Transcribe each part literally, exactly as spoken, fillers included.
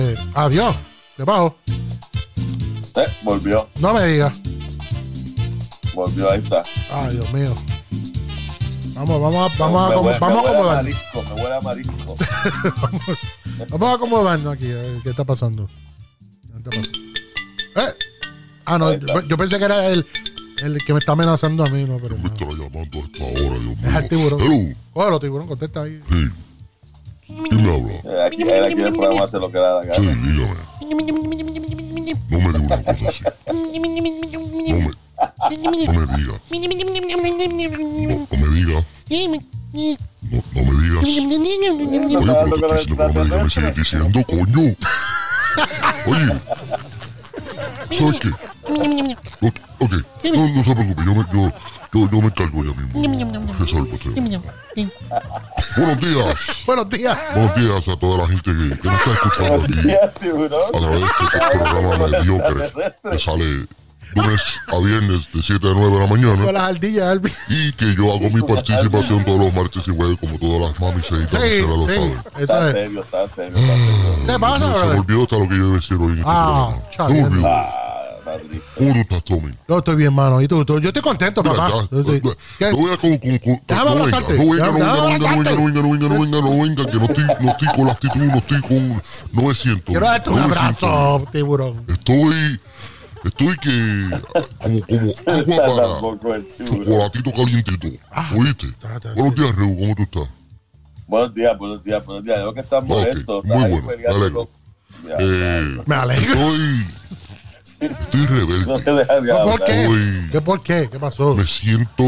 Eh, adiós. ¿Qué pasó? Eh, volvió. No me digas. Volvió, ahí está. Ay, Dios mío. Vamos, vamos, a, vamos, me a, huele, vamos a me huele a acomodarnos. marisco, me huele a marisco. Vamos a acomodarnos aquí. A ver qué está pasando. ¿Qué está pasando? ¿Eh? Ah, no. Yo, yo pensé que era el, el que me está amenazando a mí, ¿no? Pero me no. está llamando a esta hora, Dios mío. Es el tiburón. Hello. Cógelo, tiburón, contesta ahí. Sí. ¿Quién me habla? Aquí, aquí el programa hace lo que da la gana. Sí, dígame. No me diga una cosa así. No me, no me diga. No, no me diga. No, no me digas. Oye, pero te estoy diciendo que no me digas, me sigues diciendo, coño. Oye, ¿sabes qué? Ok, ok, no, no se preocupe, yo me, yo, yo, yo me encargo ya mismo. Resuelvo usted. Buenos días. Buenos días. Buenos días a toda la gente que, que nos está escuchando aquí a través de este programa mediocre que sale lunes a viernes de siete a nueve de la Con mañana las ardillas, Albi. y que yo hago mi participación todos los martes y jueves como todas las mamis y Sí, se lo sí. saben. Eso Está es. serio, está serio, está serio. ¿Qué pasa, Se me brother? olvidó hasta lo que yo iba a decir hoy en este Ah, programa. Se chaval. me olvidó. Ah, está triste. ¿Cómo tú estás, Tommy? Yo estoy bien, mano. ¿Y tú? tú? Yo estoy contento, Mira, papá. ya, Yo estoy- no ¿Qué? voy a con, con, con, Déjame no venga, abrazarte. no venga, no Déjame venga, no venga, no venga, abrazarte. no venga, no venga, no venga, no venga, que no estoy, no estoy con la actitud, no estoy con, no me siento. Quiero darte un no me siento abrazo, tiburón. Estoy, estoy que, como, como agua Tampoco el para tiburón. chocolatito calientito. ¿Oíste? ta, ta, Buenos días, Reu, ¿cómo tú estás? Buenos días, buenos días, buenos días. Veo que estás Ok, molesto. muy estás ahí bueno, me peleando alegro. con- Ya, Eh, Me alegro. estoy, estoy No rebelde. se deja de ¿Por hablar. qué? Estoy- ¿Qué por qué? ¿Qué pasó? Me siento,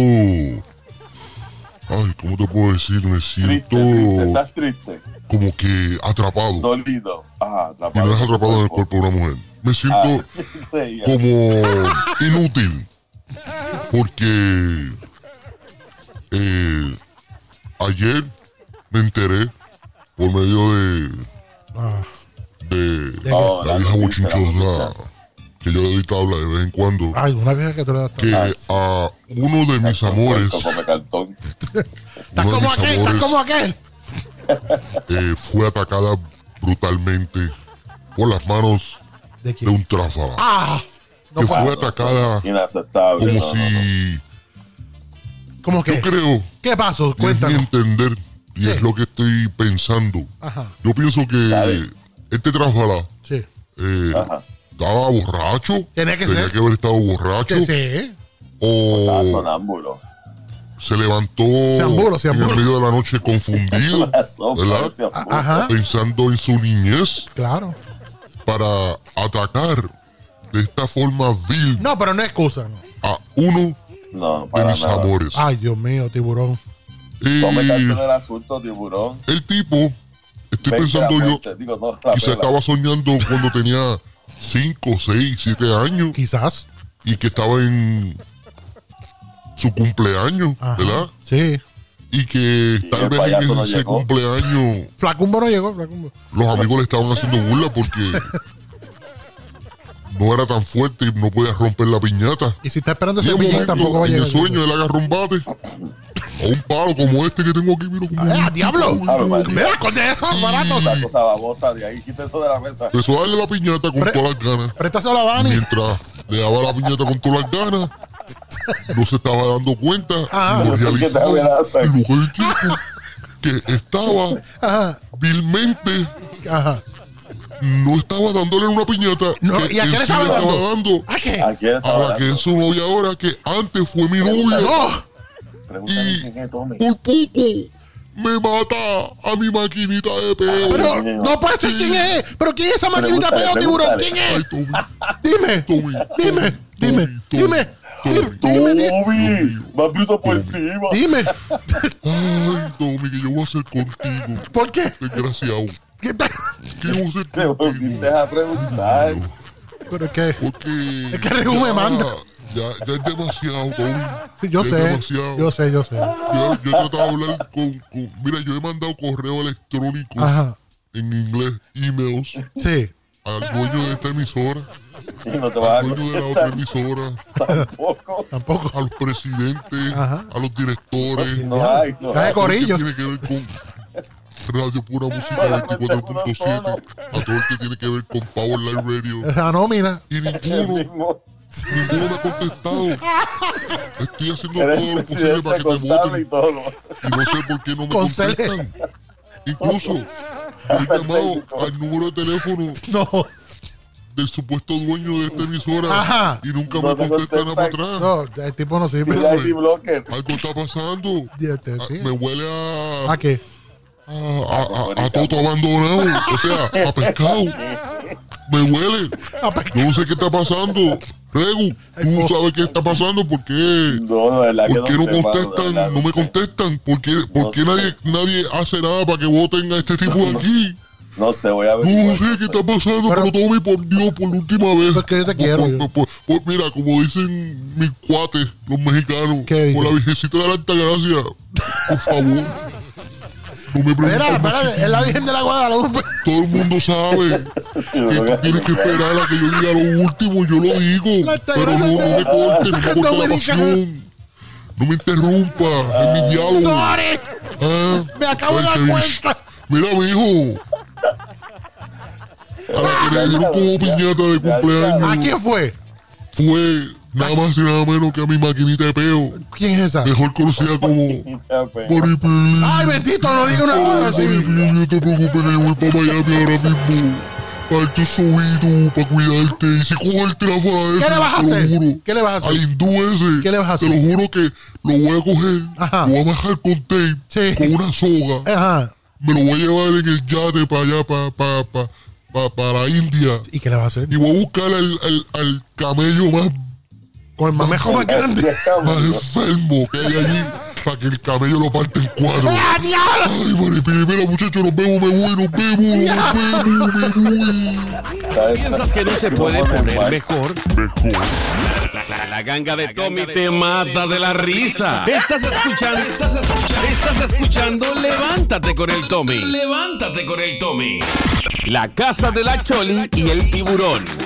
ay, ¿cómo te puedo decir? Me siento Triste, triste, estás triste. como que atrapado. Dolido. Ah, Y atrapado. no es atrapado en el cuerpo de una mujer. Me siento Ah, sí, ya. como inútil. Porque eh, ayer me enteré por medio de, Ah, de ¿de qué? Oh, la la vieja noticia, la bochinchosa noticia. que yo le doy tabla de vez en cuando. Ay, una vieja que tú le das. Que a uno de mis amores, Come cartón. Estás uno de como mis aquel, estás amores como aquel. eh, fue atacada brutalmente por las manos ¿De de quién? un tráfaga. Ah, no que puedo. fue atacada Inaceptable. como no, no, no. si... ¿Cómo Yo que? creo, ¿Qué pasó? y es mi Cuéntanos. entender, y Sí. es lo que estoy pensando. Ajá, Yo pienso que Dale. este tráfala sí. eh, Ajá. estaba borracho, Tiene que tenía ser. que haber estado borracho, Sí, sí. Estaba o sonámbulo. se levantó ambulo, se en ambulo. el medio de la noche confundido, Eso, ¿verdad? parece ambulo. Ajá, Pensando en su niñez claro. para atacar de esta forma vil No, pero no es excusa. No. a uno No, de para mis nada. amores. Ay, Dios mío, tiburón. Y Tome cartón del asunto, tiburón. el tipo, estoy Vente pensando la yo, muerte. Digo, no, la quizá pela. estaba soñando cuando tenía cinco, seis, siete años Quizás. y que estaba en su cumpleaños, Ajá. ¿verdad? Sí. Y que Y tal el vez en payaso no ese llegó. cumpleaños Flacumbo no llegó, Flacumbo. los amigos le estaban haciendo burla porque no era tan fuerte y no podía romper la piñata. Y si está esperando Y ese en un pillín, tampoco va momento, a en llegar. el sueño, él agarró un bate a un palo como este que tengo aquí, mira como ¡Ah, diablo! Ave María. Mira, esconde eso, barato. Esta cosa babosa de ahí, quita eso de la mesa. empezó a darle la piñata con Pre- todas las ganas. Préstaselo a Dani. Mientras le daba la piñata con todas las ganas, no se estaba dando cuenta Ah, y lo ¿qué te realizaba. amenaza? Y luego el tipo que estaba Ajá, vilmente, ajá. no estaba dándole una piñata No, que ¿y a él qué le sí estaba dando? dando ¿A qué? ¿A quién a estaba la que dando? es su novia ahora, que antes fue mi novia. ¡No! Pregúntale Y quién es Tommy. por poco me mata a mi maquinita de peo. Pero no puede ser quién es. Pero quién es esa maquinita Pregúntale, peo, tiburón. pregúntale. ¿Quién Ay, es? Tommy, Dime. Tommy, Dime, Tommy, dime, Tommy, dime, Tommy, dime, dime, Tommy, más bruto por encima. dime. Ay, Tommy, que yo voy a hacer contigo, ¿Por qué? desgraciado. ¿Qué tal? ¿Qué voy a hacer Te contigo? deja preguntar. Pero es que. Porque Es que Regu me ya- manda. Ya, ya es demasiado, Tommy. Sí, yo Ya es sé. demasiado. Yo sé, yo sé. Yo, yo he tratado de hablar con, con- Mira, yo he mandado correos electrónicos Ajá. en inglés, emails, Sí. al dueño de esta emisora, Y no te vas a al dueño de la otra contestar emisora, tampoco. Tampoco. a los presidentes, Ajá. a los directores. No hay, no Cae hay. corillo. ¿Qué tiene que ver con, Radio Pura Música veinticuatro punto siete, a todo el que tiene que ver con Power Line Radio. Esa nómina. Y El ninguno, mismo. ninguno me ha contestado. Estoy haciendo Eres todo lo posible para que te contable y voten. todo. Y no sé por qué no me Concede. contestan. Incluso he llamado al número de teléfono No, del supuesto dueño de esta emisora. Ajá. Y nunca No me te contestan nada para contestan. atrás. no, el tipo no sirve. Mira el blocker. Algo está pasando. Este, Ah, sí. Me huele a, ¿A qué? a, a, a, a toto abandonado. O sea, a pescado. Me huele. A pe- Yo no sé qué está pasando. Regu, tú sabes qué está pasando. ¿Por qué? No, no, de verdad que ¿Por qué no sé, mano, de contestan? verdad, No me sé. contestan. ¿Por qué, por No qué sé. nadie, nadie hace nada para que voten a este tipo de aquí? No sé, voy a ver. No sé qué está pasando, Pero- pero, Tommy, por Dios, por la última vez. Porque yo te quiero, Por- yo. por- por- por- mira, como dicen mis cuates, los mexicanos, ¿Qué por la dicen? Virgencita de la Altagracia, por favor. No me Espera, preguntes. espera, es la Virgen de la Guadalupe. Todo el mundo sabe que tú tienes que esperar a que yo diga lo último, yo lo digo. La Pero no, no me cortes, no me cortes la Dominicana. pasión. No me interrumpa en mi diálogo. ¡Sorry! Ah, Me acabo de ay, dar se- cuenta. Mira, mijo. A la que le dieron como piñata de ¿A cumpleaños quién fue? fue nada más y nada menos que a mi maquinita de peo, ¿Quién es esa? mejor conocida como Maripili. Ay, bendito, no diga una cosa así. Maripili, no te preocupes que yo voy para Miami ahora mismo. Para darte sobito, para cuidarte. Y si cojo el teléfono de ¿Qué ese, le vas a te lo hacer? juro, ¿Qué le vas a hacer? al hindú ese, ¿Qué le vas a hacer? te lo juro que lo voy a coger, Ajá. lo voy a bajar con tape, Sí. con una soga. Ajá. Me lo voy a llevar en el yate para allá, para, para, para, para, para India. ¿Y qué le vas a hacer? Y voy a buscar al, al, al camello más, Con el mamejo más grande. más enfermo que hay allí para que el camello lo parte en cuatro. ¡Ah, diablo! Ay, Maripili, mira, muchachos, nos vemos, me voy, nos vemos, nos vemos, me voy. ¿Piensas que no se puede poner mejor? Mejor. La, la- la ganga de Tommy te mata de la risa. Estás escuchando, estás escuchando, estás escuchando Levántate con el Tommy. Levántate con el Tommy. La casa de la Choli y el tiburón.